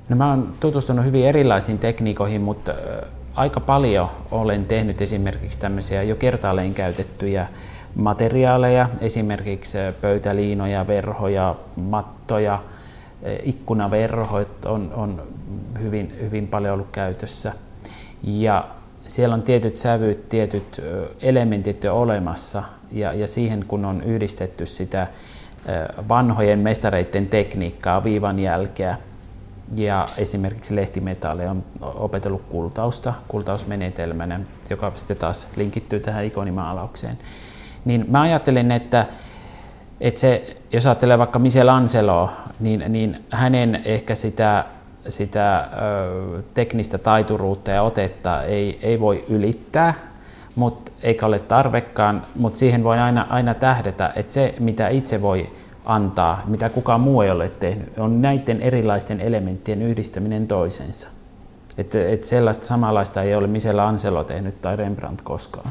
No, mä oon tutustunut hyvin erilaisiin tekniikoihin, mutta aika paljon olen tehnyt esimerkiksi tämmöisiä jo kertaalleen käytettyjä materiaaleja, esimerkiksi pöytäliinoja, verhoja, mattoja, ikkunaverhoit on hyvin paljon ollut käytössä. Ja siellä on tietyt sävyt, tietyt elementit jo olemassa ja siihen kun on yhdistetty sitä vanhojen mestareiden tekniikkaa, viivan jälkeä ja esimerkiksi lehtimetalleja on opetellut kultausmenetelmänä, joka sitten taas linkittyy tähän ikonimaalaukseen. Niin mä ajattelen, että se, jos ajattelee vaikka Michelangeloa, niin hänen ehkä sitä teknistä taituruutta ja otetta ei voi ylittää, eikä ole tarvekaan, mutta siihen voi aina tähdätä, että se mitä itse voi antaa, mitä kukaan muu ei ole tehnyt, on näiden erilaisten elementtien yhdistäminen toisensa. Että sellaista samanlaista ei ole Michelangelo tehnyt tai Rembrandt koskaan.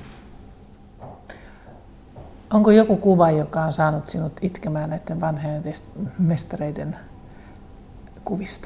Onko joku kuva, joka on saanut sinut itkemään näiden vanhojen mestareiden kuvista?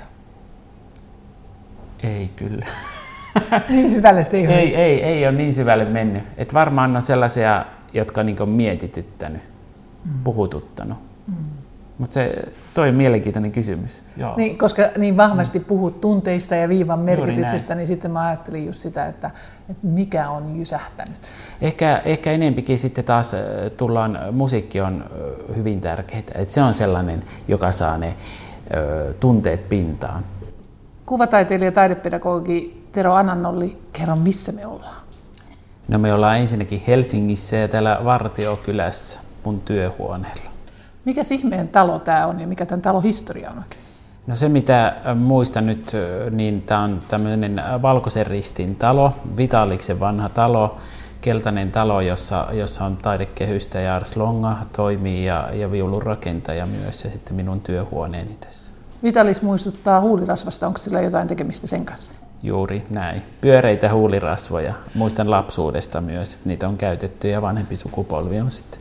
Ei kyllä. Niin syvälle se ei ole niin syvälle mennyt. Et varmaan on sellaisia, jotka on niin mietityttänyt, puhututtanut. Mutta toi on mielenkiintoinen kysymys. Joo. Niin, koska niin vahvasti puhut tunteista ja viivan merkityksestä, niin sitten mä ajattelin just sitä, että mikä on jysähtänyt. Ehkä enempikin sitten taas musiikki on hyvin tärkeää. Et se on sellainen, joka saa ne tunteet pintaan. Kuvataiteilija ja taidepedagogi Tero Anannolli, kerro missä me ollaan? No, me ollaan ensinnäkin Helsingissä ja täällä Vartiokylässä mun työhuoneella. Mikäs ihmeen talo tämä on ja mikä tämän talon historia on oikein? No, se mitä muistan nyt, niin tämä on tämmöinen Valkoisen Ristin talo, Vitaliksen vanha talo, keltainen talo, jossa on taidekehystä ja Ars Longa toimii ja viulunrakentaja myös ja sitten minun työhuoneeni tässä. Vitalis muistuttaa huulirasvasta, onko sillä jotain tekemistä sen kanssa? Juuri näin. Pyöreitä huulirasvoja. Muistan lapsuudesta myös, että niitä on käytetty ja vanhempi sukupolvi on sitten.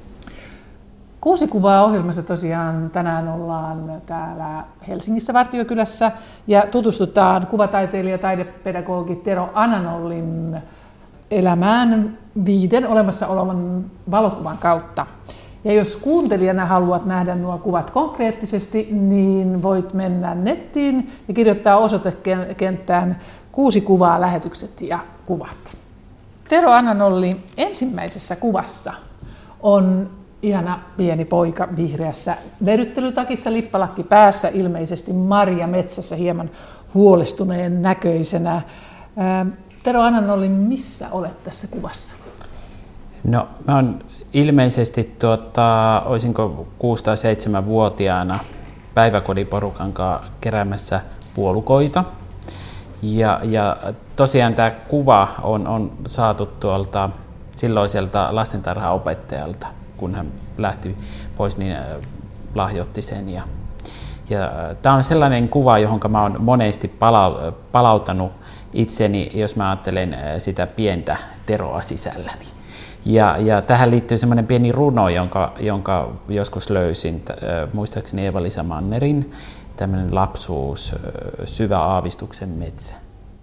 6 kuvaa ohjelmassa tosiaan. Tänään ollaan täällä Helsingissä Vartiokylässä ja tutustutaan kuvataiteilija ja taidepedagogi Tero Anannollin elämään 5 olemassa olevan valokuvan kautta. Ja jos kuuntelijana haluat nähdä nuo kuvat konkreettisesti, niin voit mennä nettiin ja kirjoittaa osoitekenttään 6 kuvaa, lähetykset ja kuvat. Tero Anannolli, ensimmäisessä kuvassa on ihana pieni poika vihreässä vedyttelytakissa, lippalakki päässä, ilmeisesti marjametsässä hieman huolestuneen näköisenä. Tero Anannolli, missä olet tässä kuvassa? No, mä oon ilmeisesti olisinko 6- tai 7-vuotiaana päiväkodiporukan kanssa keräämässä puolukoita. Ja tosiaan tämä kuva on saatu tuolta silloiselta lastentarhaopettajalta, kun hän lähti pois, niin lahjoitti sen. Ja tämä on sellainen kuva, johon mä oon monesti palauttanut itseni, jos mä ajattelen sitä pientä Teroa sisälläni. Ja tähän liittyy semmoinen pieni runo, jonka joskus löysin, muistaakseni Eeva-Liisa Mannerin, tämmöinen lapsuus, syvä aavistuksen metsä.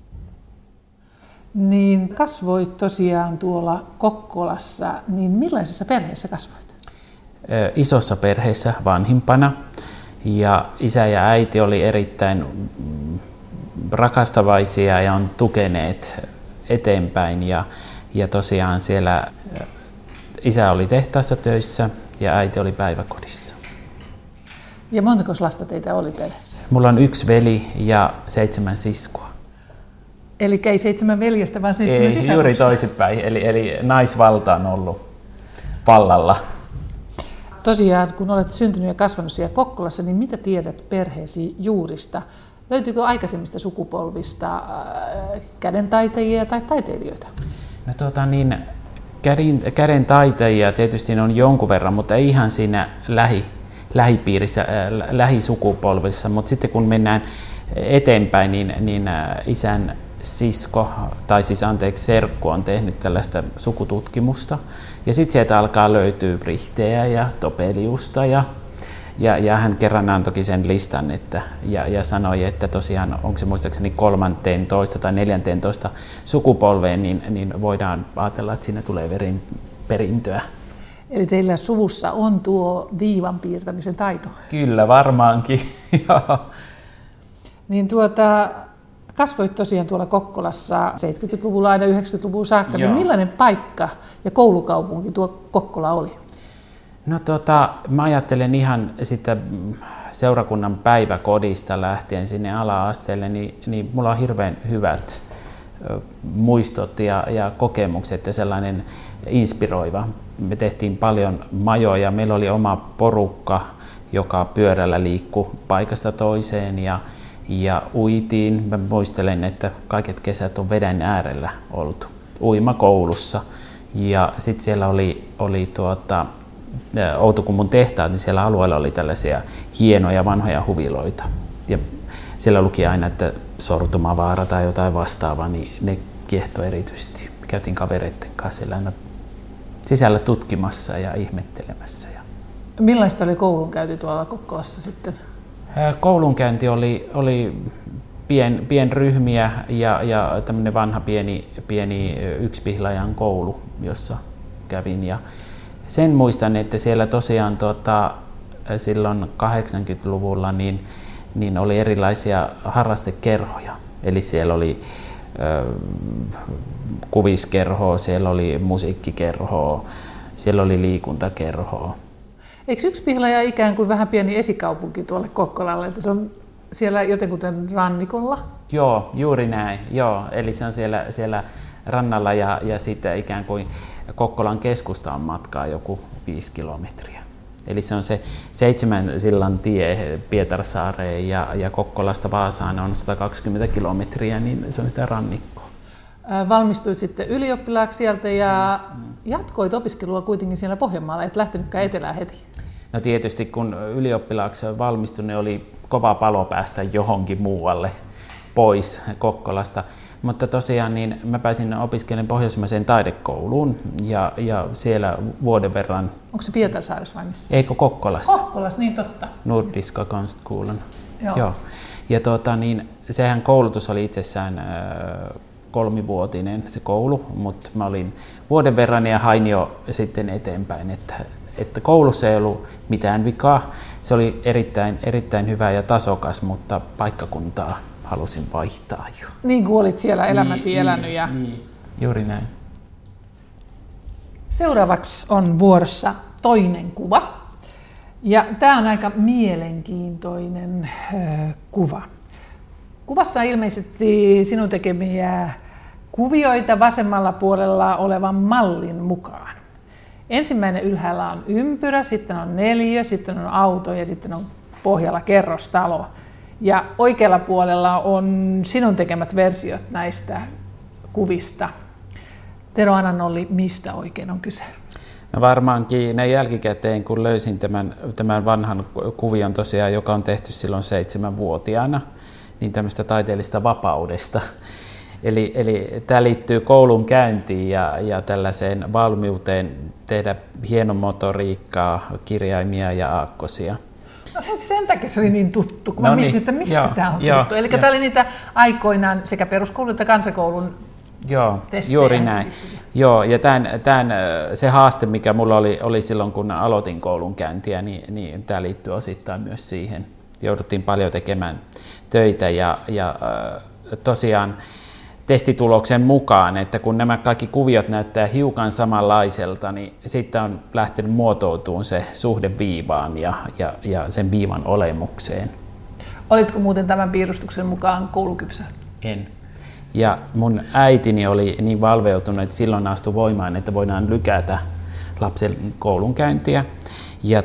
Niin kasvoit tosiaan tuolla Kokkolassa, niin millaisessa perheessä kasvoit? Isossa perheessä vanhimpana, ja isä ja äiti oli erittäin rakastavaisia ja on tukeneet eteenpäin. Ja tosiaan siellä isä oli tehtaassa töissä ja äiti oli päiväkodissa. Ja montako lasta teitä oli perheessä? Mulla on 1 veli ja 7 siskoa. Eli ei 7 veljestä, vaan 7 sisarusta? Juuri toisinpäin. Eli naisvalta on ollut vallalla. Tosiaan, kun olet syntynyt ja kasvanut siellä Kokkolassa, niin mitä tiedät perheesi juurista? Löytyykö aikaisemmista sukupolvista kädentaitajia tai taiteilijoita? No käden taitajia tietysti on jonkun verran, mutta ei ihan siinä lähipiirissä, lähisukupolvissa. Mutta sitten kun mennään eteenpäin, niin isän sisko, tai siis serkku on tehnyt tällaista sukututkimusta. Ja sitten sieltä alkaa löytyä Brihteä ja Topeliusta Ja hän kerran antoikin sen listan ja sanoi, että tosiaan onko se muistaakseni 13 tai 14 sukupolveen, niin voidaan ajatella, että siinä tulee perintöä. Eli teillä suvussa on tuo viivan piirtämisen taito? Kyllä, varmaankin. Niin kasvoit tosiaan tuolla Kokkolassa 70-luvulla aina 90-luvun saakka, niin millainen paikka ja koulukaupunki tuo Kokkola oli? No mä ajattelen ihan sitä seurakunnan päiväkodista lähtien sinne ala-asteelle, niin mulla on hirveän hyvät muistot ja kokemukset ja sellainen inspiroiva. Me tehtiin paljon majoja, meillä oli oma porukka, joka pyörällä liikkui paikasta toiseen ja uitiin. Mä muistelen, että kaiket kesät on veden äärellä oltu uimakoulussa. Ja sitten siellä oli Outokummun tehtaat, niin siellä alueella oli tällaisia hienoja vanhoja huviloita. Ja siellä luki aina, että sortumavaara tai jotain vastaavaa, niin ne kiehtoi erityisesti. Me käytiin kavereiden kanssa siellä aina sisällä tutkimassa ja ihmettelemässä. Millaista oli koulunkäynti tuolla Kokkolassa sitten? Koulunkäynti oli pienryhmiä ja tämmöinen vanha pieni yksipihlajan koulu, jossa kävin. Ja sen muistan, että siellä tosiaan silloin 80-luvulla niin oli erilaisia harrastekerhoja. Eli siellä oli kuviskerhoa, siellä oli musiikkikerhoa, siellä oli liikuntakerhoa. Eikö Yksipihlaja ikään kuin vähän pieni esikaupunki tuolle Kokkolalle, että se on siellä jotenkuten rannikolla? Joo, juuri näin. Joo, eli se on siellä rannalla ja sitten ikään kuin Kokkolan keskustaan matkaa joku 5 kilometriä. Eli se on se 7 sillan tie Pietarsaareen ja Kokkolasta Vaasaan on 120 kilometriä, niin se on sitä rannikkoa. Valmistuit sitten ylioppilaaksi sieltä ja jatkoit opiskelua kuitenkin siellä Pohjanmaalla, et lähtenytkään etelään heti? No tietysti kun ylioppilaaksi valmistuin, niin oli kova palo päästä johonkin muualle pois Kokkolasta. Mutta tosiaan niin mä pääsin opiskelemaan Pohjoismaiseen taidekouluun ja siellä vuoden verran. Onko se Pietarsaaressa vai missä? Eikö Kokkolassa? Kokkolassa, niin totta. Nordiska Konstskolan. Joo. Joo. Ja sehän koulutus oli itsessään 3-vuotinen se koulu, mutta mä olin vuoden verran ja hain jo sitten eteenpäin, että koulussa ei ollut mitään vikaa. Se oli erittäin hyvä ja tasokas, mutta paikkakuntaa halusin vaihtaa jo. Niin kuin olit siellä elämäsi elänyt. Niin, juuri näin. Seuraavaksi on vuorossa toinen kuva. Ja tämä on aika mielenkiintoinen kuva. Kuvassa on ilmeisesti sinun tekemiä kuvioita vasemmalla puolella olevan mallin mukaan. Ensimmäinen ylhäällä on ympyrä, sitten on neliö, sitten on auto ja sitten on pohjalla kerrostalo. Ja oikealla puolella on sinun tekemät versiot näistä kuvista. Tero Ananolli, mistä oikein on kyse? No varmaankin näin jälkikäteen, kun löysin tämän vanhan kuvion tosiaan, joka on tehty silloin 7-vuotiaana, niin tämmöistä taiteellista vapaudesta. Eli tämä liittyy koulun käyntiin ja tällaiseen valmiuteen tehdä hienomotoriikkaa, kirjaimia ja aakkosia. No sen takia se oli niin tuttu, kun mä mietin, että mistä tämä on tuttu. Eli tämä oli niitä aikoinaan sekä peruskoulun että kansakoulun testejä. Juuri näin. Joo, ja se haaste, mikä mulla oli silloin, kun aloitin koulun käyntiä, niin tämä liittyy osittain myös siihen. Jouduttiin paljon tekemään töitä ja tosiaan testituloksen mukaan, että kun nämä kaikki kuviot näyttää hiukan samanlaiselta, niin sitten on lähtenyt muotoutumaan se suhde viivaan ja sen viivan olemukseen. Olitko muuten tämän piirustuksen mukaan koulukypsä? En. Ja mun äitini oli niin valveutunut, että silloin astui voimaan, että voidaan lykätä lapsen koulunkäyntiä. Ja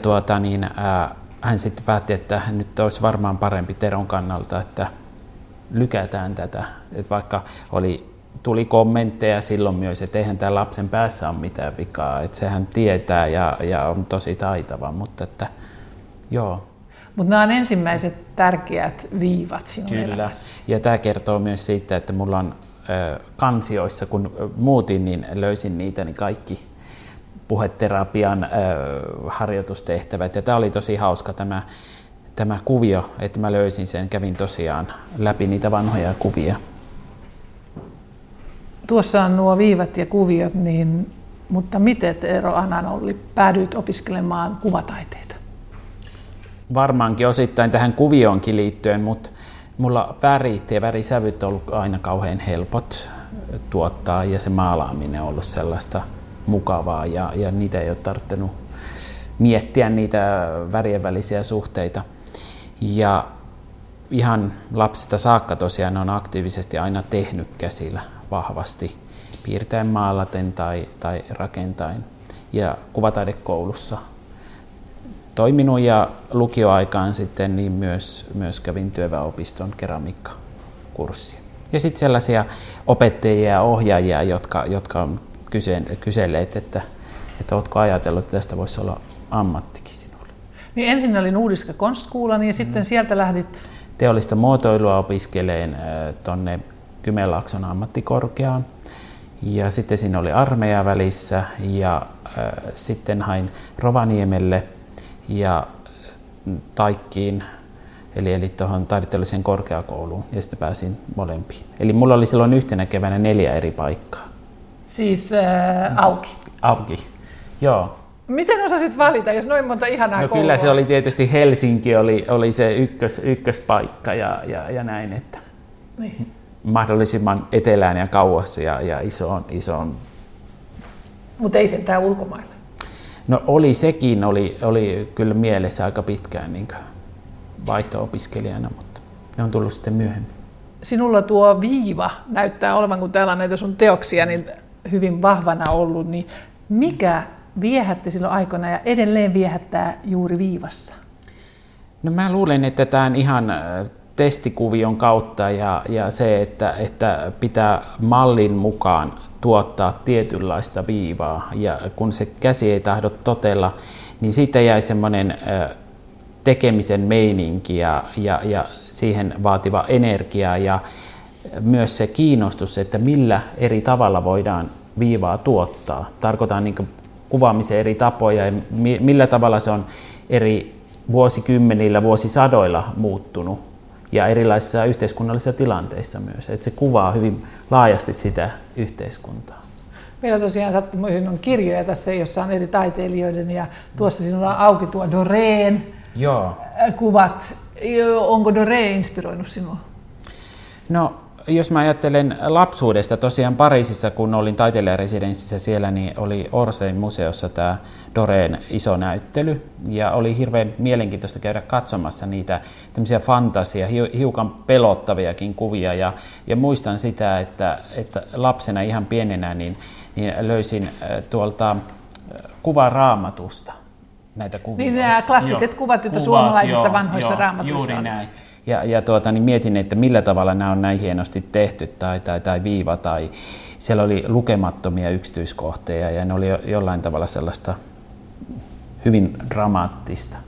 hän sitten päätti, että nyt olisi varmaan parempi Teron kannalta, että lykätään tätä. Että vaikka tuli kommentteja silloin myös, että eihän tämän lapsen päässä ole mitään vikaa, että sehän tietää ja on tosi taitava, mutta että joo. Mutta nämä on ensimmäiset tärkeät viivat sinun elämässä. Ja tämä kertoo myös siitä, että mulla on kansioissa, kun muutin, niin löysin niitä, niin kaikki puheterapian harjoitustehtävät. Ja tämä oli tosi hauska tämä kuvio, että mä löysin sen, kävin tosiaan läpi niitä vanhoja kuvia. Tuossa on nuo viivat ja kuviot, mutta miten Eero Ananolli päädyit opiskelemaan kuvataiteita? Varmaankin osittain tähän kuvioonkin liittyen, mutta mulla värit ja värisävyt on ollut aina kauhean helpot tuottaa ja se maalaaminen on ollut sellaista mukavaa ja niitä ei ole tarvinnut miettiä niitä värien välisiä suhteita. Ja ihan lapsesta saakka tosiaan on aktiivisesti aina tehnyt käsillä vahvasti, piirtäen, maalaten tai rakentaen. Ja kuvataidekoulussa toiminut ja lukioaikaan sitten niin myös kävin työväenopiston keramiikkakurssia. Ja sitten sellaisia opettajia ja ohjaajia, jotka on kyselleet, että oletko ajatellut, että tästä voisi olla ammattikin sinulle. Niin ensin oli Nordiska konstskolan ja sitten sieltä lähdit? Teollista muotoilua opiskeleen tuonne Kymenlaakson ammattikorkeaan. Ja sitten siinä oli armeija välissä ja sitten hain Rovaniemelle ja Taikkiin, eli tuohon taidetteelliseen korkeakouluun, ja sitten pääsin molempiin. Eli mulla oli silloin yhtenä keväänä 4 eri paikkaa. Siis auki? Auki, joo. Miten osasit valita, jos noin monta ihanaa koulua? Kyllä se oli tietysti Helsinki oli se ykköspaikka ja näin, että niin. Mahdollisimman etelään ja kauas ja isoon. Mutta ei sentään ulkomaille? No oli sekin, oli kyllä mielessä aika pitkään niin vaihto-opiskelijana, mutta ne on tullut sitten myöhemmin. Sinulla tuo viiva näyttää olevan, kun täällä on näitä sun teoksia, niin hyvin vahvana ollut, niin mikä viehätti silloin aikoina ja edelleen viehättää juuri viivassa? No mä luulen, että tämä on ihan testikuvion kautta ja se, että pitää mallin mukaan tuottaa tietynlaista viivaa ja kun se käsi ei tahdo totella, niin siitä jäi semmoinen tekemisen meininki ja siihen vaativa energia ja myös se kiinnostus, että millä eri tavalla voidaan viivaa tuottaa. Tarkoitan niin kuvaamisen eri tapoja ja millä tavalla se on eri vuosikymmenillä, vuosisadoilla muuttunut ja erilaisissa yhteiskunnallisissa tilanteissa myös. Että se kuvaa hyvin laajasti sitä yhteiskuntaa. Meillä tosiaan sattumoisin on kirjoja tässä, jossa on eri taiteilijoiden ja tuossa sinulla on auki tuo Doreen kuvat. Onko Doré inspiroinut sinua? No, jos mä ajattelen lapsuudesta, tosiaan Pariisissa, kun olin taiteilijaresidenssissä siellä, niin oli Orseyn museossa tämä Doreen iso näyttely. Ja oli hirveän mielenkiintoista käydä katsomassa niitä tämmöisiä fantasia, hiukan pelottaviakin kuvia. Ja muistan sitä, että lapsena ihan pienenä niin löysin tuolta kuvaraamatusta näitä kuvia. Niin nämä klassiset kuvat, joita suomalaisissa vanhoissa raamatuissa juuri näin. Ja niin mietin, että millä tavalla nämä on näin hienosti tehty tai viiva tai siellä oli lukemattomia yksityiskohteja ja ne oli jollain tavalla sellaista hyvin dramaattista.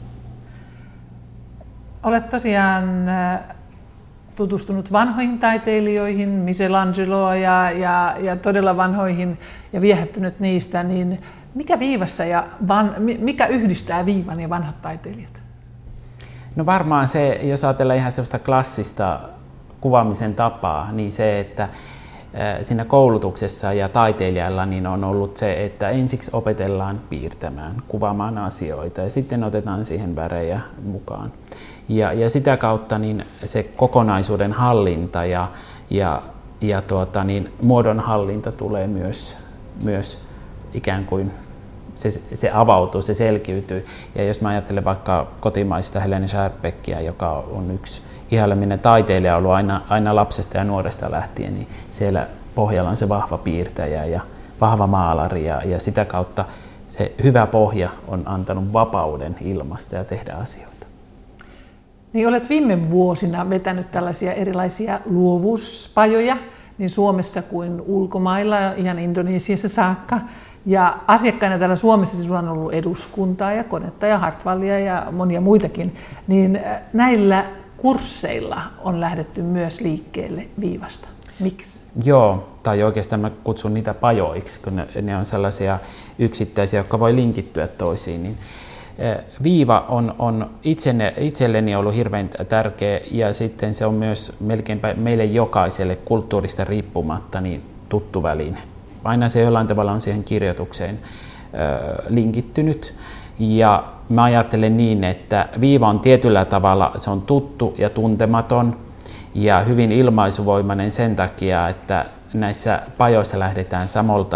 Olet tosiaan tutustunut vanhoihin taiteilijoihin, Michelangeloa ja todella vanhoihin ja viehättynyt niistä, niin mikä viivassa mikä yhdistää viivan ja vanhat taiteilijat? No varmaan se, jos ajatellaan ihan sellaista klassista kuvaamisen tapaa, niin se, että siinä koulutuksessa ja taiteilijalla niin on ollut se, että ensiksi opetellaan piirtämään, kuvaamaan asioita ja sitten otetaan siihen värejä mukaan. Ja sitä kautta niin se kokonaisuuden hallinta ja muodon hallinta tulee myös ikään kuin se avautuu, se selkiytyy. Ja jos mä ajattelen vaikka kotimaista Helene Schärpbeckia, joka on yksi ihaileminen taiteilija ollut aina lapsesta ja nuoresta lähtien, niin siellä pohjalla on se vahva piirtäjä ja vahva maalari ja sitä kautta se hyvä pohja on antanut vapauden ilmaista ja tehdä asioita. Niin olet viime vuosina vetänyt tällaisia erilaisia luovuuspajoja niin Suomessa kuin ulkomailla, ihan Indonesiassa saakka. Ja asiakkaina täällä Suomessa sinulla on ollut Eduskuntaa ja Konetta ja Hartwallia ja monia muitakin, niin näillä kursseilla on lähdetty myös liikkeelle viivasta. Miksi? Joo, tai oikeastaan mä kutsun niitä pajoiksi, kun ne on sellaisia yksittäisiä, jotka voi linkittyä toisiin. Niin viiva on itselleni ollut hirveän tärkeä, ja sitten se on myös melkeinpä meille jokaiselle kulttuurista riippumatta niin tuttu väline. Aina se jollain tavalla on siihen kirjoitukseen linkittynyt, ja mä ajattelen niin, että viiva on tietyllä tavalla, se on tuttu ja tuntematon ja hyvin ilmaisuvoimainen sen takia, että näissä pajoissa lähdetään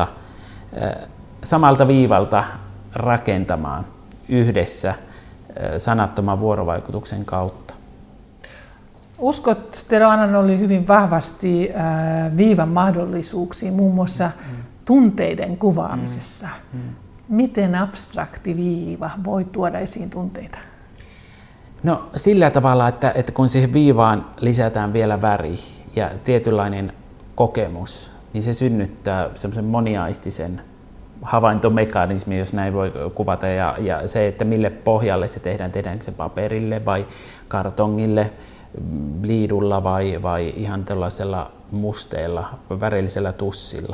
samalta viivalta rakentamaan yhdessä sanattoman vuorovaikutuksen kautta. Uskot, Tero Ananolli, hyvin vahvasti viivan mahdollisuuksiin, muun muassa tunteiden kuvaamisessa. Miten abstrakti viiva voi tuoda esiin tunteita? No sillä tavalla, että kun siihen viivaan lisätään vielä väri ja tietynlainen kokemus, niin se synnyttää semmoisen moniaistisen havaintomekanismi, jos näin voi kuvata, ja se, että mille pohjalle se tehdäänkö se paperille vai kartongille, liidulla vai ihan tällaisella musteella, värillisellä tussilla.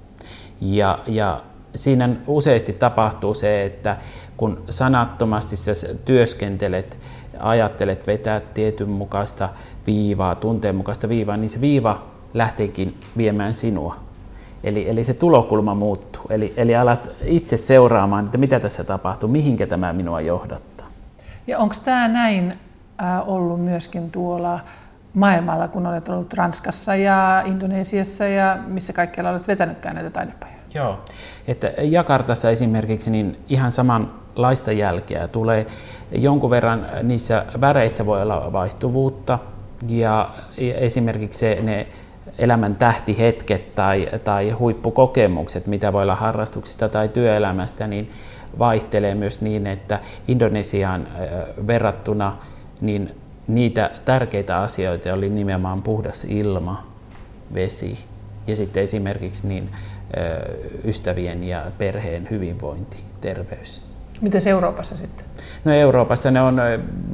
Ja siinä useasti tapahtuu se, että kun sanattomasti sä työskentelet, ajattelet vetää tietyn mukaista viivaa, tunteen mukaista viivaa, niin se viiva lähteekin viemään sinua. Eli se tulokulma muuttuu. Eli alat itse seuraamaan, että mitä tässä tapahtuu, mihinkä tämä minua johdattaa. Ja onko tämä näin ollut myöskin tuolla maailmalla, kun olet ollut Ranskassa ja Indonesiassa ja missä kaikkialla olet vetänytkään näitä taidepajoja? Joo, että Jakartassa esimerkiksi niin ihan samanlaista jälkeä tulee. Jonkun verran niissä väreissä voi olla vaihtuvuutta, ja esimerkiksi ne elämän tähtihetket tai huippukokemukset, mitä voi olla harrastuksista tai työelämästä, niin vaihtelee myös niin, että Indonesiaan verrattuna niin niitä tärkeitä asioita oli nimenomaan puhdas ilma, vesi ja sitten esimerkiksi niin ystävien ja perheen hyvinvointi, terveys. Miten Euroopassa sitten? No Euroopassa ne on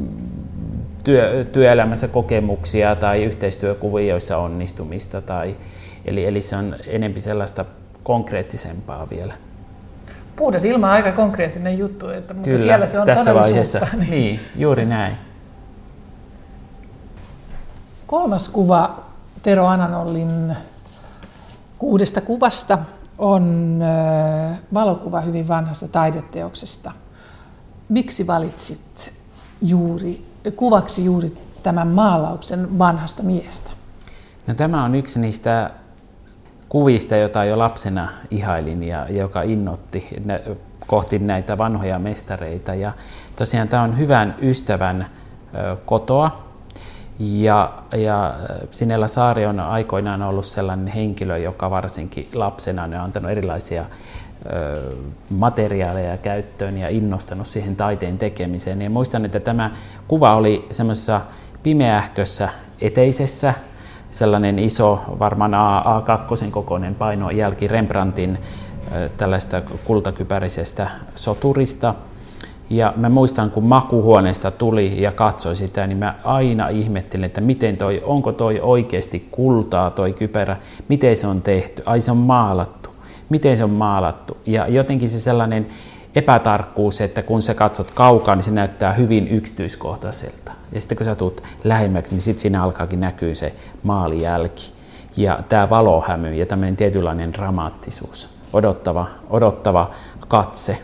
työelämässä kokemuksia tai yhteistyökuvioissa onnistumista, eli se on enemmän sellaista konkreettisempaa vielä. Puhdas ilma on aika konkreettinen juttu, mutta kyllä, siellä se on tässä todellisuutta. Vaiheessa, niin, juuri näin. Kolmas kuva Tero Ananollin 6 kuvasta on valokuva hyvin vanhasta taideteoksesta. Miksi valitsit kuvaksi juuri tämän maalauksen vanhasta miestä? No, tämä on yksi niistä kuvista, jota jo lapsena ihailin ja joka innoitti kohti näitä vanhoja mestareita. Ja tosiaan tämä on hyvän ystävän kotoa. Ja Sinella Saari on aikoinaan ollut sellainen henkilö, joka varsinkin lapsena on antanut erilaisia materiaaleja käyttöön ja innostanut siihen taiteen tekemiseen. Ja muistan, että tämä kuva oli semmoisessa pimeähkössä eteisessä, sellainen iso, varmaan A2 kokoinen painojälki Rembrandtin tällaista kultakypärisestä soturista. Ja mä muistan, kun makuuhuoneesta tuli ja katsoi sitä, niin mä aina ihmettelin, että onko toi oikeasti kultaa toi kypärä, miten se on tehty, ai se on maalattu, miten se on maalattu. Ja jotenkin se sellainen epätarkkuus, että kun sä katsot kaukaa, niin se näyttää hyvin yksityiskohtaiselta. Ja sitten kun sä tulet lähemmäksi, niin sitten siinä alkaakin näkyy se maalijälki. Ja tämä valohämy ja tämmöinen tietynlainen dramaattisuus, odottava katse.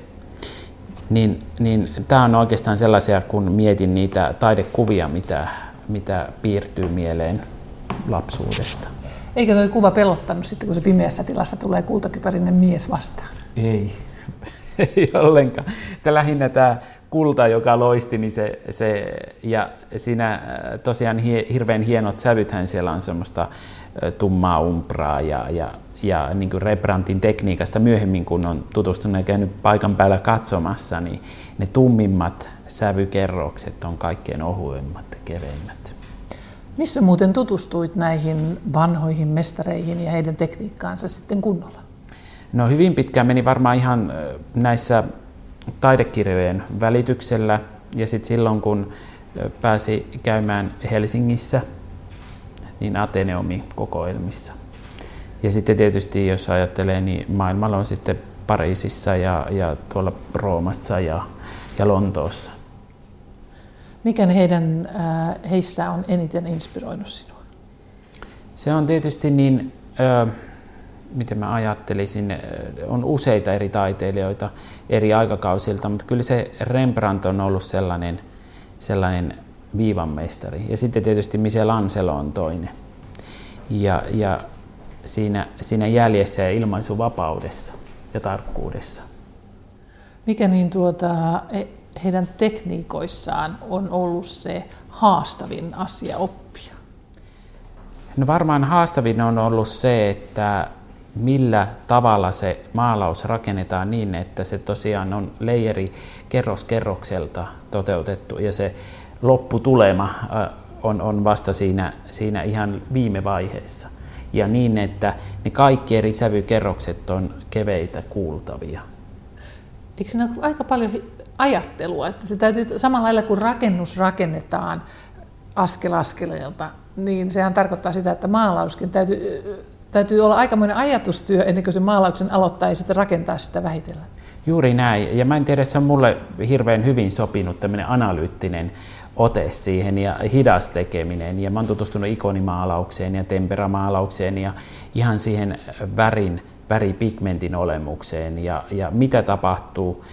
Niin tämä on oikeastaan sellaisia, kun mietin niitä taidekuvia, mitä piirtyy mieleen lapsuudesta. Eikö tuo kuva pelottanut sitten, kun se pimeässä tilassa tulee kultakypärinen mies vastaan? Ei ollenkaan. Lähinnä tämä kulta, joka loisti, niin ja siinä tosiaan hirveän hienot sävythän siellä on semmoista tummaa umpraa ja niin kuin Rembrandtin tekniikasta myöhemmin, kun on tutustunut ja käynyt paikan päällä katsomassa, niin ne tummimmat sävykerrokset on kaikkein ohuimmat ja keveimmät. Missä muuten tutustuit näihin vanhoihin mestareihin ja heidän tekniikkaansa sitten kunnolla? No hyvin pitkään meni varmaan ihan näissä taidekirjojen välityksellä ja sitten silloin, kun pääsi käymään Helsingissä niin Ateneumin kokoelmissa. Ja sitten tietysti, jos ajattelee, niin maailmalla on sitten Pariisissa ja tuolla Roomassa ja Lontoossa. Mikä heissä on eniten inspiroinut sinua? Se on tietysti niin, miten mä ajattelisin, on useita eri taiteilijoita eri aikakausilta, mutta kyllä se Rembrandt on ollut sellainen viivanmestari. Ja sitten tietysti Michelangelo on toinen. Ja siinä jäljessä ja ilmaisuvapaudessa ja tarkkuudessa. Mikä heidän tekniikoissaan on ollut se haastavin asia oppia? No varmaan haastavin on ollut se, että millä tavalla se maalaus rakennetaan niin, että se tosiaan on leijeri kerros kerrokselta toteutettu ja se lopputulema on vasta siinä ihan viime vaiheessa. Ja niin, että ne kaikki eri sävykerrokset on keveitä kuultavia. Eikö siinä ole aika paljon ajattelua, että se täytyy samalla lailla kuin rakennus rakennetaan askel askeleelta, niin sehän tarkoittaa sitä, että maalauskin täytyy olla aikamoinen ajatustyö ennen kuin se maalauksen aloittaa ja sitten rakentaa sitä vähitellen. Juuri näin. Ja mä en tiedä, se on mulle hirveän hyvin sopinut tämmöinen analyyttinen ote siihen ja hidas tekeminen. Ja mä oon tutustunut ikonimaalaukseen ja temperamaalaukseen ja ihan siihen väripigmentin olemukseen ja mitä tapahtuu,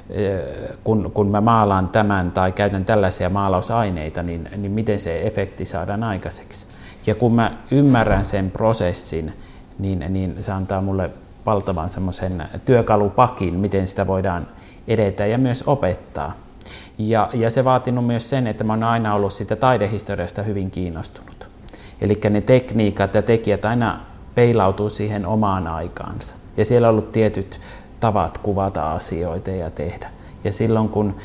kun mä maalaan tämän tai käytän tällaisia maalausaineita, niin miten se efekti saadaan aikaiseksi. Ja kun mä ymmärrän sen prosessin, niin se antaa mulle valtavan semmoisen työkalupakin, miten sitä voidaan edetä ja myös opettaa. Ja se vaatinut myös sen, että mä oon aina ollut siitä taidehistoriasta hyvin kiinnostunut. Eli ne tekniikat ja tekijät aina peilautuu siihen omaan aikaansa. Ja siellä on ollut tietyt tavat kuvata asioita ja tehdä. Ja silloin kun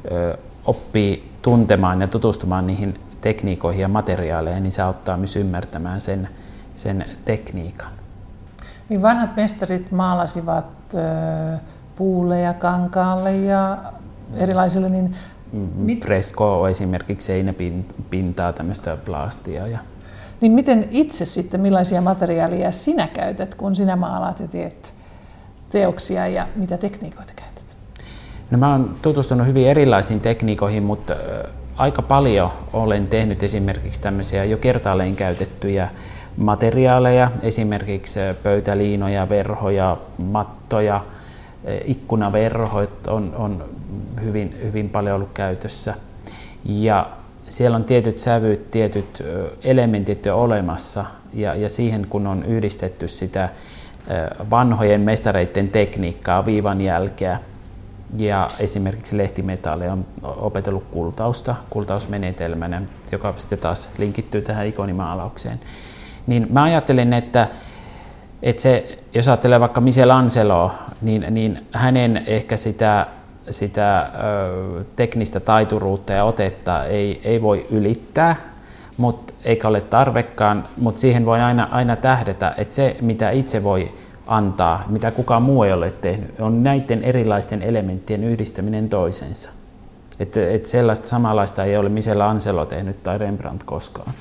oppii tuntemaan ja tutustumaan niihin tekniikoihin ja materiaaleihin, niin se auttaa myös ymmärtämään sen tekniikan. Niin vanhat mestarit maalasivat puulle ja kankaalle ja erilaisille, niin fresko on esimerkiksi seinäpintaa, tämmöistä plastia. Niin miten itse sitten, millaisia materiaaleja sinä käytät, kun sinä maalaat ja teet teoksia ja mitä tekniikoita käytät? No mä oon tutustunut hyvin erilaisiin tekniikoihin, mutta aika paljon olen tehnyt esimerkiksi tämmöisiä jo kertaalleen käytettyjä materiaaleja, esimerkiksi pöytäliinoja, verhoja, mattoja, ikkunaverhoit on hyvin paljon ollut käytössä. Ja siellä on tietyt sävyt, tietyt elementit jo olemassa ja siihen kun on yhdistetty sitä vanhojen mestareiden tekniikkaa, viivan jälkeä ja esimerkiksi lehtimetalli on opetellut kultausmenetelmänä, joka sitten taas linkittyy tähän ikonimaalaukseen. Niin mä ajattelin, että se, jos ajattelee vaikka Michelangeloa, niin hänen ehkä sitä teknistä taituruutta ja otetta ei voi ylittää, eikä ole tarvekaan, mutta siihen voi aina tähdätä, että se mitä itse voi antaa, mitä kukaan muu ei ole tehnyt, on näiden erilaisten elementtien yhdistäminen toisensa. Että sellaista samanlaista ei ole Michelangelo tehnyt tai Rembrandt koskaan.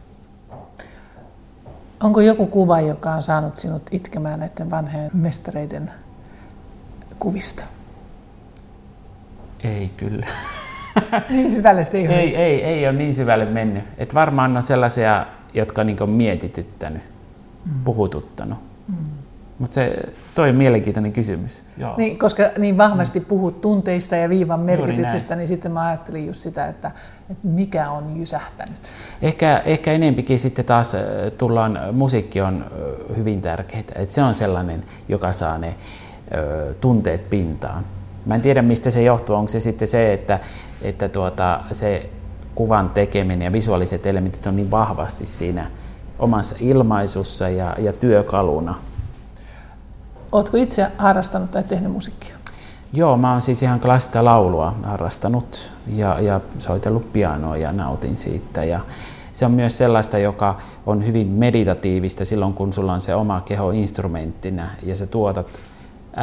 Onko joku kuva, joka on saanut sinut itkemään näiden vanhojen mestareiden kuvista? Ei kyllä. Niin syvälle se ei ole niin syvälle mennyt. Et varmaan on sellaisia, jotka on mietityttänyt, puhututtanut. Mutta toi on mielenkiintoinen kysymys. Joo. Niin, koska niin vahvasti puhut tunteista ja viivan merkityksestä, niin sitten mä ajattelin just sitä, että mikä on jysähtänyt. Ehkä enempikin sitten taas musiikki on hyvin tärkeää. Et se on sellainen, joka saa ne tunteet pintaan. Mä en tiedä, mistä se johtuu. Onko se sitten se, että se kuvan tekeminen ja visuaaliset elementit on niin vahvasti siinä omassa ilmaisussa ja työkaluna. Ootko itse harrastanut tai tehnyt musiikkia? Joo, mä oon siis ihan klassista laulua harrastanut ja soitellut pianoa ja nautin siitä. Ja se on myös sellaista, joka on hyvin meditatiivista silloin, kun sulla on se oma keho instrumenttina ja sä tuotat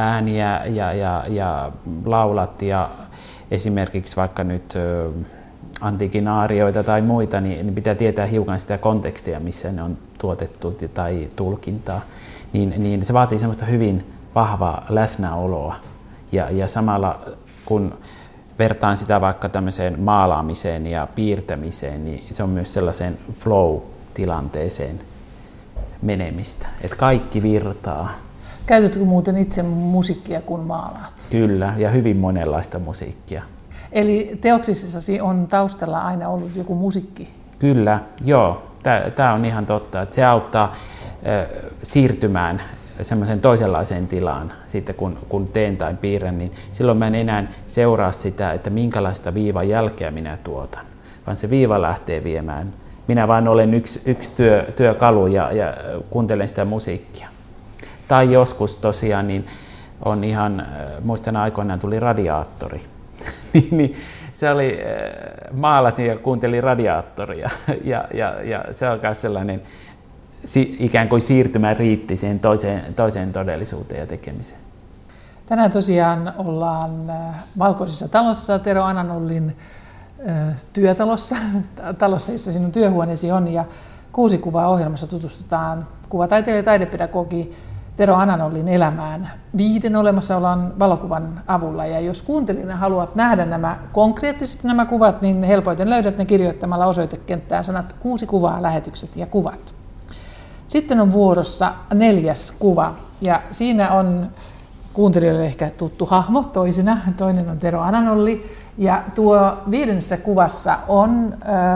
ääniä ja laulat ja esimerkiksi vaikka nyt antiikin aarioita tai muita, niin pitää tietää hiukan sitä kontekstia, missä ne on tuotettu tai tulkintaa. Niin se vaatii semmoista hyvin vahvaa läsnäoloa. Ja samalla kun vertaan sitä vaikka tämmöiseen maalaamiseen ja piirtämiseen, niin se on myös sellaiseen flow-tilanteeseen menemistä, että kaikki virtaa. Käytätkö muuten itse musiikkia, kun maalaat? Kyllä, ja hyvin monenlaista musiikkia. Eli teoksissasi on taustalla aina ollut joku musiikki? Kyllä, joo. Tämä on ihan totta, että se auttaa siirtymään semmoisen toisenlaiseen tilaan sitten kun teen tai piirrän, niin silloin mä en enää seuraa sitä, että minkälaista viivan jälkeä minä tuotan, vaan se viiva lähtee viemään. Minä vain olen yksi työkalu ja kuuntelen sitä musiikkia. Tai joskus tosiaan niin on ihan, muistan aikoinaan tuli radiaattori. niin se oli, maalasin ja kuuntelin radiaattoria ja se on myös sellainen ikään kuin siirtymä riitti siihen toiseen todellisuuteen ja tekemiseen. Tänään tosiaan ollaan Valkoisessa talossa, Tero Ananollin työtalossa, talossa, jossa sinun työhuoneesi on. Ja 6 kuvaa ohjelmassa tutustutaan kuvataiteilija ja taidepedagogi Tero Ananollin elämään 5 olemassaolon valokuvan avulla. Ja jos kuuntelijana haluat nähdä nämä konkreettisesti nämä kuvat, niin helpoiten löydät ne kirjoittamalla osoitekenttään sanat 6 kuvaa, lähetykset ja kuvat. Sitten on vuorossa 4. kuva ja siinä on kuuntelijoille ehkä tuttu hahmo toisena. Toinen on Tero Ananolli ja tuo 5. kuvassa on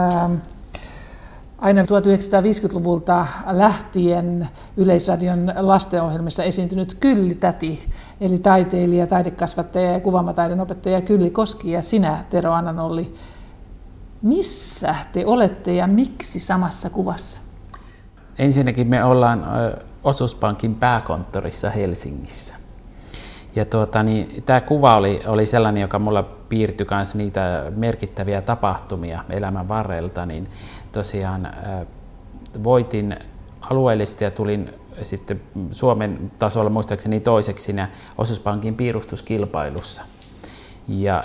aina 1950-luvulta lähtien Yleisradion lastenohjelmissa esiintynyt Kylli-täti, eli taiteilija, taidekasvattaja ja kuvaamataiden opettaja Kylli Koski ja sinä, Tero Ananolli. Missä te olette ja miksi samassa kuvassa? Ensinnäkin me ollaan Osuuspankin pääkonttorissa Helsingissä. Ja tämä kuva oli sellainen, joka mulla piirtyi myös niitä merkittäviä tapahtumia elämän varrelta. Niin tosiaan voitin alueellisesti ja tulin sitten Suomen tasolla muistaakseni toiseksi siinä Osuuspankin piirustuskilpailussa. Ja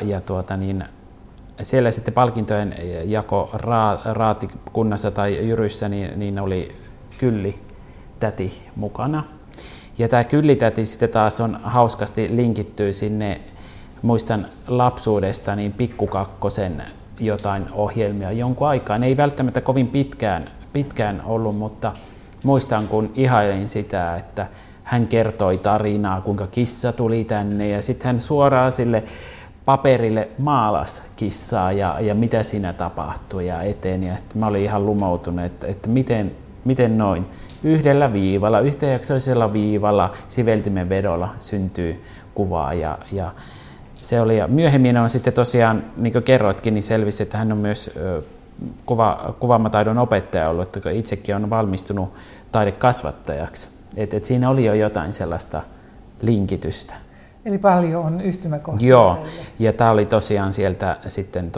siellä sitten palkintojen jako raatikunnassa tai jyryssä niin oli Kylli-täti mukana. Ja tämä Kylli-täti sitten taas on hauskasti linkittyy sinne, muistan lapsuudesta, niin Pikku Kakkosen jotain ohjelmia jonkun aikaa. Ne ei välttämättä kovin pitkään ollut, mutta muistan kun ihailin sitä, että hän kertoi tarinaa, kuinka kissa tuli tänne ja sitten hän suoraan sille paperille maalas kissaa ja mitä siinä tapahtui ja eteen. Ja sitten mä olin ihan lumoutunut, että miten noin. Yhdellä viivalla, yhtäjaksoisella viivalla, siveltimen vedolla syntyy kuvaa ja se oli. Ja myöhemmin on sitten tosiaan, niin kuin kerroitkin, niin selvisi, että hän on myös kuvaamataidon opettaja ollut, että itsekin on valmistunut taidekasvattajaksi. Et siinä oli jo jotain sellaista linkitystä. Eli paljon on yhtymäkohtia. Joo, ja tämä oli tosiaan sieltä sitten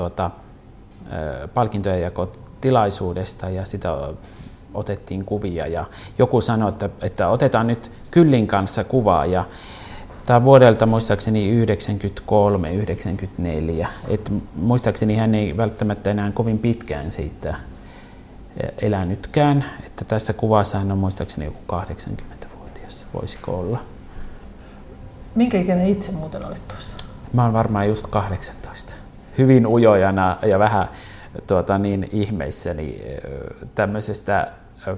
palkintojen jakotilaisuudesta ja sitä otettiin kuvia ja joku sanoi, että otetaan nyt Kyllin kanssa kuvaa ja tämä vuodelta muistaakseni 93-94. Et muistaakseni hän ei välttämättä enää kovin pitkään siitä elänytkään, että tässä kuvassa hän on muistaakseni joku 80-vuotias, voisiko olla. Minkä ikäinen itse muuten olit tuossa? Mä oon varmaan just 18. Hyvin ujojana ja vähän ihmeissäni tämmöisestä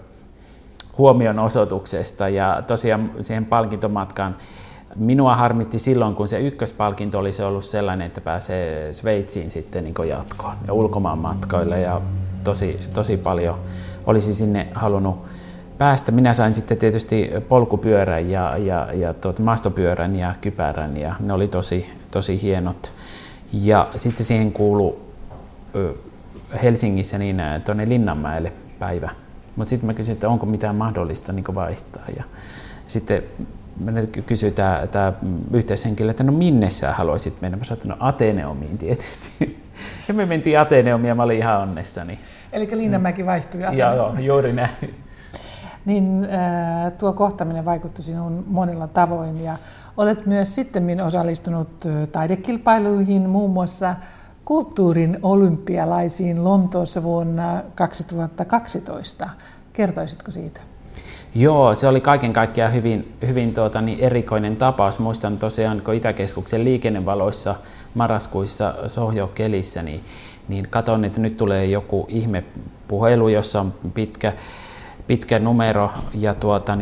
huomionosoituksesta ja tosiaan siihen palkintomatkaan. Minua harmitti silloin, kun se ykköspalkinto olisi ollut sellainen, että pääsee Sveitsiin sitten niin jatkoon ja ulkomaan matkoille ja tosi paljon olisi sinne halunnut päästä. Minä sain sitten tietysti polkupyörän ja maastopyörän ja kypärän ja ne oli tosi hienot. Ja sitten siihen kuului Helsingissä niin tuonne Linnanmäelle päivä. Mutta sitten mä kysyin, että onko mitään mahdollista niin vaihtaa. Ja sitten kysyi tämä yhteyshenkilö, että no minne sä haluaisit mennä? Mä sanoin, että no Ateneumiin tietysti. Ja me mentiin Ateneumiin ja mä olin ihan onnessani. Eli Linnanmäki vaihtui Ateneumiin. Joo, juuri näin. Niin tuo kohtaaminen vaikutti sinuun monilla tavoin ja olet myös sittemmin osallistunut taidekilpailuihin, muun muassa kulttuurin olympialaisiin Lontoossa vuonna 2012. Kertoisitko siitä? Joo, se oli kaiken kaikkiaan hyvin erikoinen tapaus. Muistan tosiaan, kun Itäkeskuksen liikennevaloissa marraskuissa sohjokelissä, niin katson, että nyt tulee joku ihme puhelu, jossa on pitkä numero, ja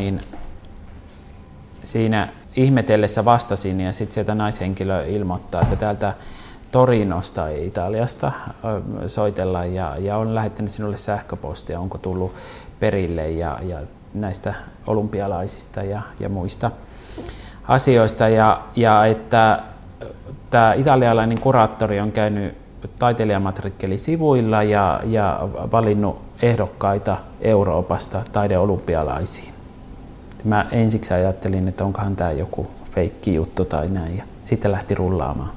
siinä ihmetellessä vastasin, ja sitten sieltä naishenkilö ilmoittaa, että täältä Torinosta Italiasta soitellaan, ja on lähettänyt sinulle sähköpostia, onko tullut perille, ja näistä olympialaisista ja muista asioista, ja että tämä italialainen kuraattori on käynyt taiteilijamatrikkelisivuilla ja valinnut ehdokkaita Euroopasta taideolympialaisiin. Mä ensiksi ajattelin, että onkohan tämä joku feikki juttu tai näin, ja sitten lähti rullaamaan.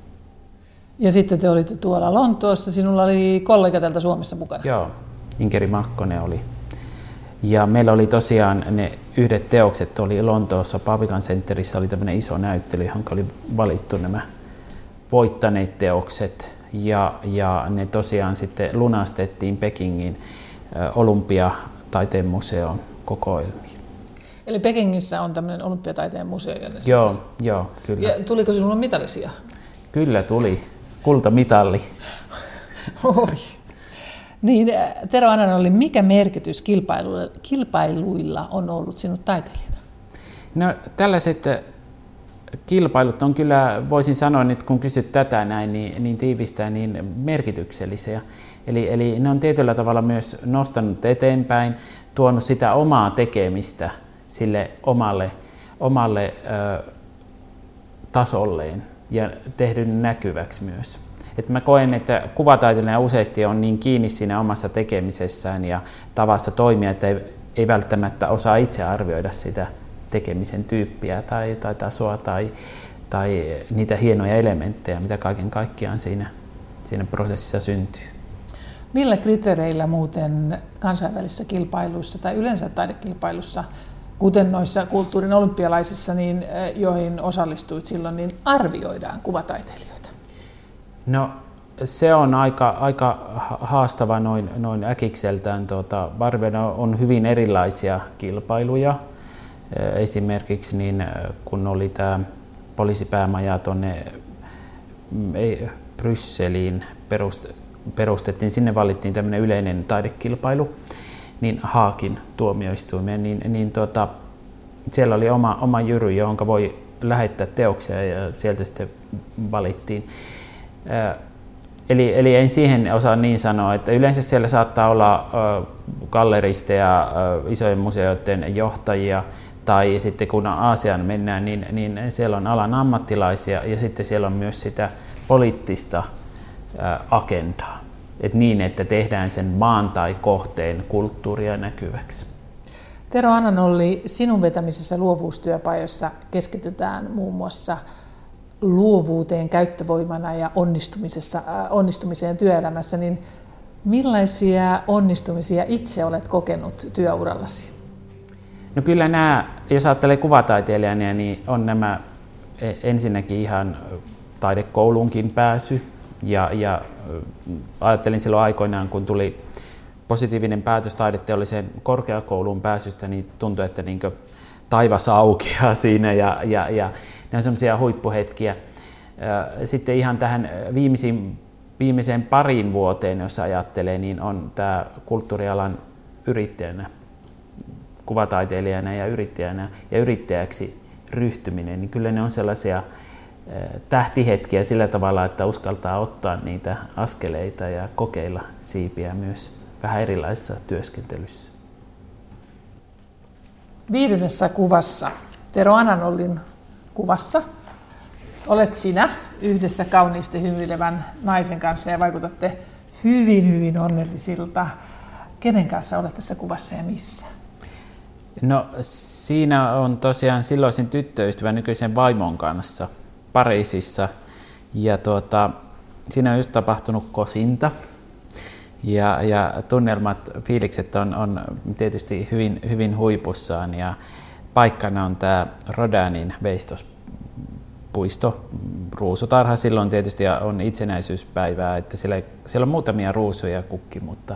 Ja sitten te olitte tuolla Lontoossa, sinulla oli kollega täältä Suomessa mukana. Joo, Inkeri Makkonen oli. Ja meillä oli tosiaan ne yhdet teokset, oli Lontoossa Pavikan Centerissä oli tämmöinen iso näyttely, johon oli valittu nämä voittaneet teokset, ja ne tosiaan sitten lunastettiin Pekingin Olympiataiteen museon kokoelmiin. Eli Pekingissä on tämmöinen Olympiataiteen museo? Joo, kyllä. Ja tuliko sinulla mitalisia? Kyllä tuli, kultamitalli. Oi. Niin, Tero Ananolli, mikä merkitys kilpailuilla on ollut sinut taiteilijana? No, tällaiset kilpailut on kyllä, voisin sanoa nyt kun kysyt tätä näin, niin tiivistää niin merkityksellisiä. Eli ne on tietyllä tavalla myös nostanut eteenpäin, tuonut sitä omaa tekemistä sille omalle tasolleen ja tehnyt näkyväksi myös. Että mä koen, että kuvataiteilija useasti on niin kiinni siinä omassa tekemisessään ja tavassa toimia, että ei välttämättä osaa itse arvioida sitä tekemisen tyyppiä tai tasoa tai niitä hienoja elementtejä, mitä kaiken kaikkiaan siinä prosessissa syntyy. Millä kriteereillä muuten kansainvälisissä kilpailuissa tai yleensä taidekilpailussa, kuten noissa kulttuurin olympialaisissa, niin, joihin osallistuit silloin, niin arvioidaan kuvataiteilijoita? No, se on aika haastava noin äkikseltään. Arvioida on hyvin erilaisia kilpailuja. Esimerkiksi niin, kun oli tämä poliisipäämaja tuonne Brysseliin perustettiin, sinne valittiin tämmöinen yleinen taidekilpailu, niin Haakin tuomioistuimeen, niin siellä oli oma jury, johon voi lähettää teoksia ja sieltä sitten valittiin. Eli en siihen osaa niin sanoa, että yleensä siellä saattaa olla galleristeja, isojen museoiden johtajia, tai sitten kun Aasiaan mennään, niin siellä on alan ammattilaisia ja sitten siellä on myös sitä poliittista agendaa. Et niin, että tehdään sen maan tai kohteen kulttuuria näkyväksi. Tero Ananolli, sinun vetämisessä luovuustyöpajoissa keskitytään muun muassa luovuuteen käyttövoimana ja onnistumiseen työelämässä, niin millaisia onnistumisia itse olet kokenut työurallasi? No kyllä nämä, jos ajattelee kuvataiteilijana, niin on nämä ensinnäkin ihan taidekouluunkin pääsy. Ja ajattelin silloin aikoinaan, kun tuli positiivinen päätös taideteolliseen korkeakouluun pääsystä, niin tuntui, että niin taivas aukeaa siinä ja ne on semmoisia huippuhetkiä. Sitten ihan tähän viimeiseen parin vuoteen, jos ajattelee, niin on tämä kulttuurialan yrittäjänä, kuvataiteilijana ja yrittäjänä ja yrittäjäksi ryhtyminen, niin kyllä ne on sellaisia tähtihetkiä sillä tavalla, että uskaltaa ottaa niitä askeleita ja kokeilla siipiä myös vähän erilaisessa työskentelyssä. 5. kuvassa, Tero Ananollin kuvassa, olet sinä yhdessä kauniisti hymyilevän naisen kanssa ja vaikutatte hyvin onnellisilta. Kenen kanssa olet tässä kuvassa ja missä? No, siinä on tosiaan silloisen tyttöystävän nykyisen vaimon kanssa Pariisissa. Ja siinä on just tapahtunut kosinta. Ja tunnelmat, fiilikset on tietysti hyvin huipussaan. Ja paikkana on tämä Rodinin veistospuisto ruusutarha silloin tietysti on itsenäisyyspäivää, että siellä on muutamia ruusuja kukki, mutta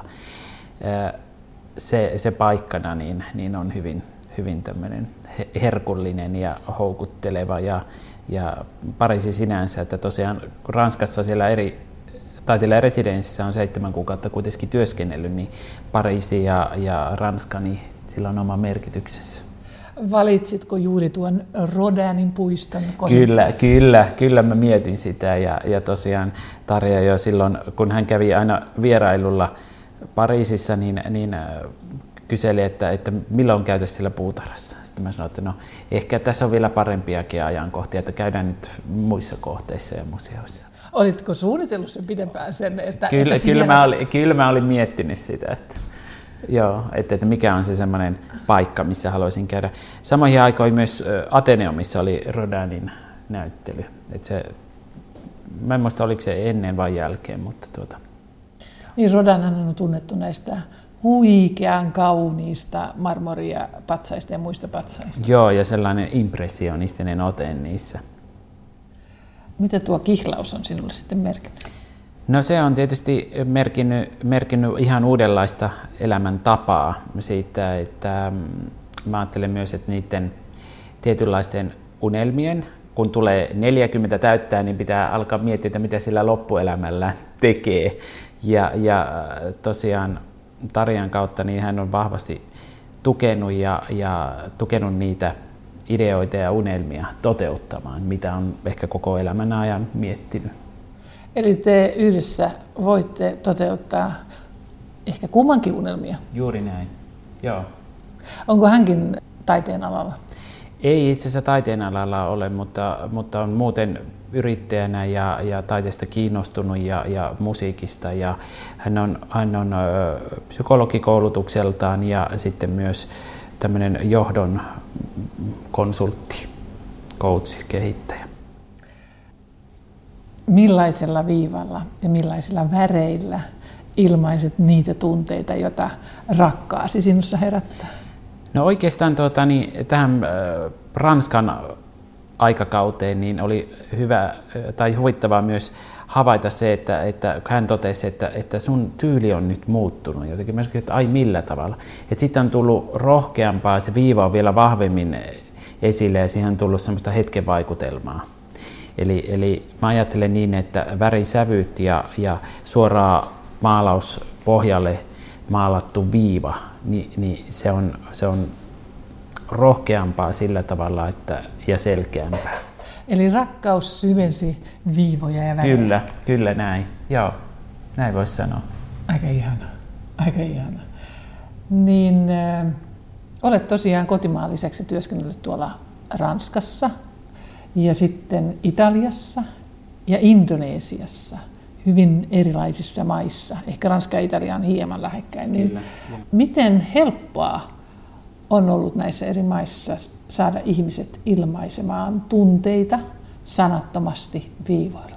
se paikkana niin on hyvin tämmöinen herkullinen ja houkutteleva ja Pariisi sinänsä, että tosiaan Ranskassa siellä eri taiteilijaresidenssissä on 7 kuukautta kuitenkin työskennellyt, niin Pariisi ja Ranska, niin sillä on oma merkityksensä. Valitsitko juuri tuon Rodinin puiston? Kyllä mä mietin sitä ja tosiaan Tarja jo silloin, kun hän kävi aina vierailulla Pariisissa, niin kyseli, että milloin käytäisiin siellä puutarhassa. Sitten mä sanoin, että no ehkä tässä on vielä parempiakin ajankohtia, että käydään nyt muissa kohteissa ja museoissa. Olitko suunnitellut sen pidempään sen? Kyllä mä olin miettinyt sitä, että mikä on se semmoinen paikka, missä haluaisin käydä. Samoihin aikoihin myös Ateneumissa oli Rodinin näyttely. Mä en muista, oliko se ennen vai jälkeen, mutta Niin Rodin on tunnettu näistä huikean kauniista marmoria patsaista ja muista patsaista. Joo, ja sellainen impressionistinen ote niissä. Mitä tuo kihlaus on sinulle sitten merkinnyt? No se on tietysti merkinnyt ihan uudenlaista elämäntapaa siitä, että mä ajattelen myös, että niiden tietynlaisten unelmien, kun tulee 40 täyttää, niin pitää alkaa miettiä, että mitä sillä loppuelämällä tekee. Ja tosiaan Tarjan kautta niin hän on vahvasti tukenut niitä ideoita ja unelmia toteuttamaan, mitä on ehkä koko elämän ajan miettinyt. Eli te yhdessä voitte toteuttaa ehkä kummankin unelmia? Juuri näin, joo. Onko hänkin taiteen alalla? Ei itse asiassa taiteen alalla ole, mutta on muuten yrittäjänä ja taiteesta kiinnostunut ja musiikista. Ja hän on psykologikoulutukseltaan ja sitten myös tämmöinen johdon konsultti, coach, kehittäjä. Millaisella viivalla ja millaisilla väreillä ilmaiset niitä tunteita, joita rakkaasi sinussa herättää? No oikeastaan tähän Ranskan aikakauteen niin oli hyvä tai huvittavaa myös havaita se, että hän totesi, että sun tyyli on nyt muuttunut jotenkin. Mä sanoin, että ai millä tavalla. Että sitten on tullut rohkeampaa, se viiva on vielä vahvemmin esille ja siihen on tullut semmoista hetken vaikutelmaa. Eli mä ajattelen niin, että värisävyt ja suoraan maalauspohjalle maalattu viiva, niin se on rohkeampaa sillä tavalla ja selkeämpää. Eli rakkaus syvensi viivoja ja värejä. Kyllä näin. Joo, näin voisi sanoa. Aika ihana. Niin olet tosiaan kotimaan lisäksi työskennellyt tuolla Ranskassa ja sitten Italiassa ja Indonesiassa, hyvin erilaisissa maissa. Ehkä Ranska ja Italia on hieman lähekkäin. Niin miten helppoa on ollut näissä eri maissa saada ihmiset ilmaisemaan tunteita sanattomasti viivoilla?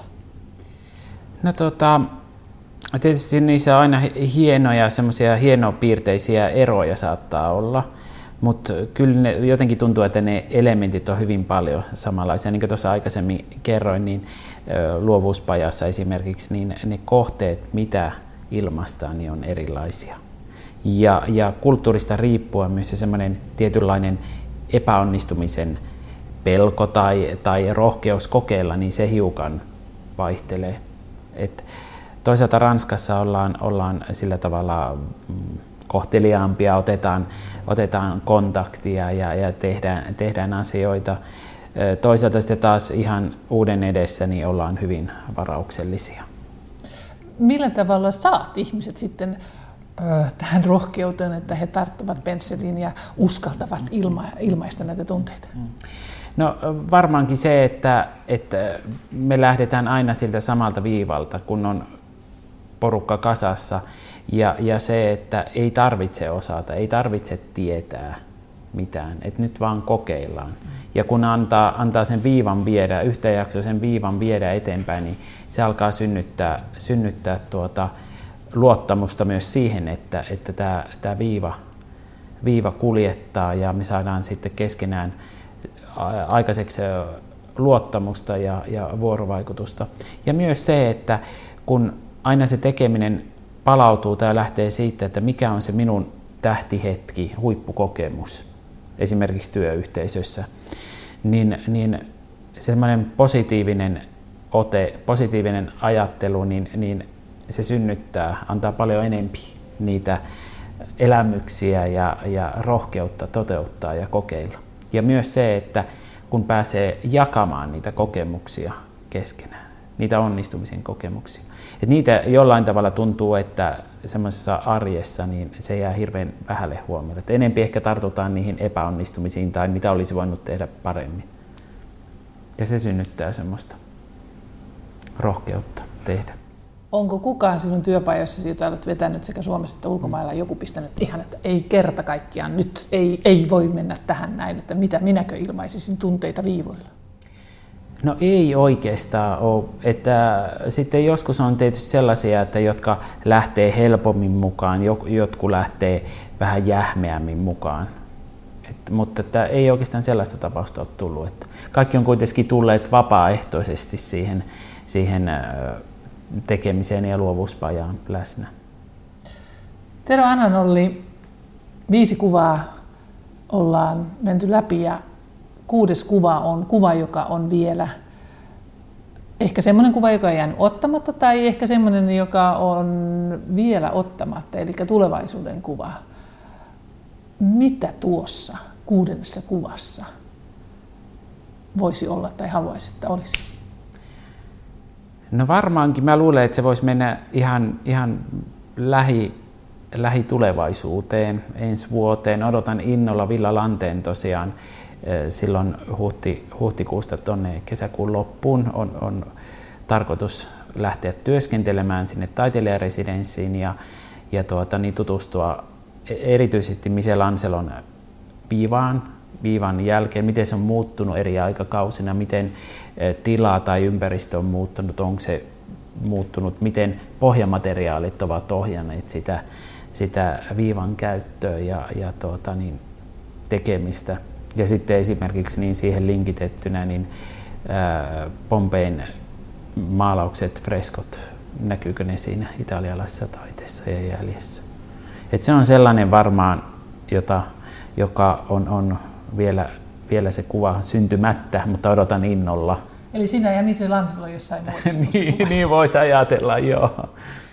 No tietysti niissä on aina hienoja, semmoisia hienopiirteisiä eroja saattaa olla, mutta kyllä ne jotenkin tuntuu, että ne elementit on hyvin paljon samanlaisia. Niin kuin tuossa aikaisemmin kerroin, niin luovuuspajassa esimerkiksi, niin ne kohteet, mitä ilmaistaan, niin on erilaisia. Ja kulttuurista riippuen myös se semmoinen tietynlainen epäonnistumisen pelko tai rohkeus kokeilla, niin se hiukan vaihtelee. Et toisaalta Ranskassa ollaan sillä tavalla kohteliaampia, otetaan kontaktia ja tehdään asioita. Toisaalta sitten taas ihan uuden edessä niin ollaan hyvin varauksellisia. Millä tavalla saat ihmiset sitten tähän rohkeuteen, että he tarttuvat pensseliin ja uskaltavat ilmaista näitä tunteita? No varmaankin se, että me lähdetään aina siltä samalta viivalta, kun on porukka kasassa ja se, että ei tarvitse osata, ei tarvitse tietää mitään, että nyt vaan kokeillaan. Ja kun antaa sen viivan viedä, yhtäjaksoisen viivan viedä eteenpäin, niin se alkaa synnyttää luottamusta myös siihen, että tämä viiva kuljettaa ja me saadaan sitten keskenään aikaiseksi luottamusta ja vuorovaikutusta. Ja myös se, että kun aina se tekeminen palautuu tai lähtee siitä, että mikä on se minun tähtihetki, huippukokemus, esimerkiksi työyhteisössä, niin semmoinen positiivinen ote, positiivinen ajattelu, niin se synnyttää, antaa paljon enempi niitä elämyksiä ja rohkeutta toteuttaa ja kokeilla. Ja myös se, että kun pääsee jakamaan niitä kokemuksia keskenään, niitä onnistumisen kokemuksia. Et niitä jollain tavalla tuntuu, että semmoisessa arjessa niin se jää hirveän vähälle huomiolle. Et enempi ehkä tartutaan niihin epäonnistumisiin tai mitä olisi voinut tehdä paremmin. Ja se synnyttää semmoista rohkeutta tehdä. Onko kukaan sinun työpajoissasi, jota olet vetänyt sekä Suomessa että ulkomailla, joku pistänyt ihan, että ei kerta kaikkiaan nyt, ei voi mennä tähän näin, että mitä minäkö ilmaisisin tunteita viivoilla? No ei oikeastaan ole. Että sitten joskus on tietysti sellaisia, että jotka lähtee helpommin mukaan, jotkut lähtee vähän jähmeämmin mukaan. Mutta että ei oikeastaan sellaista tapausta ole tullut. Että kaikki on kuitenkin tulleet vapaaehtoisesti siihen tekemiseen ja luovuuspajaan läsnä. Tero Ananolli, 5 kuvaa ollaan menty läpi ja 6. kuva on kuva, joka on vielä ehkä semmoinen kuva, joka on jäänyt ottamatta tai ehkä semmoinen, joka on vielä ottamatta, eli tulevaisuuden kuva. Mitä tuossa 6. kuvassa voisi olla tai haluaisit, että olisi? No varmaankin mä luulen, että se voisi mennä ihan lähitulevaisuuteen, ensi vuoteen. Odotan innolla Villa Lanteen tosiaan silloin huhtikuusta tuonne kesäkuun loppuun on tarkoitus lähteä työskentelemään sinne taiteilijaresidenssiin ja tutustua erityisesti Michelangelon viivan jälkeen, miten se on muuttunut eri aikakausina, miten tila tai ympäristö on muuttunut, onko se muuttunut, miten pohjamateriaalit ovat ohjanneet sitä viivan käyttöä ja tekemistä. Ja sitten esimerkiksi niin siihen linkitettynä niin Pompein maalaukset, freskot, näkyykö ne siinä italialaisessa taiteessa ja jäljessä. Et se on sellainen varmaan, joka on vielä se kuva syntymättä, mutta odotan innolla. Eli sinä ja Michelangelo jossain muodossa. Niin voisi ajatella, joo.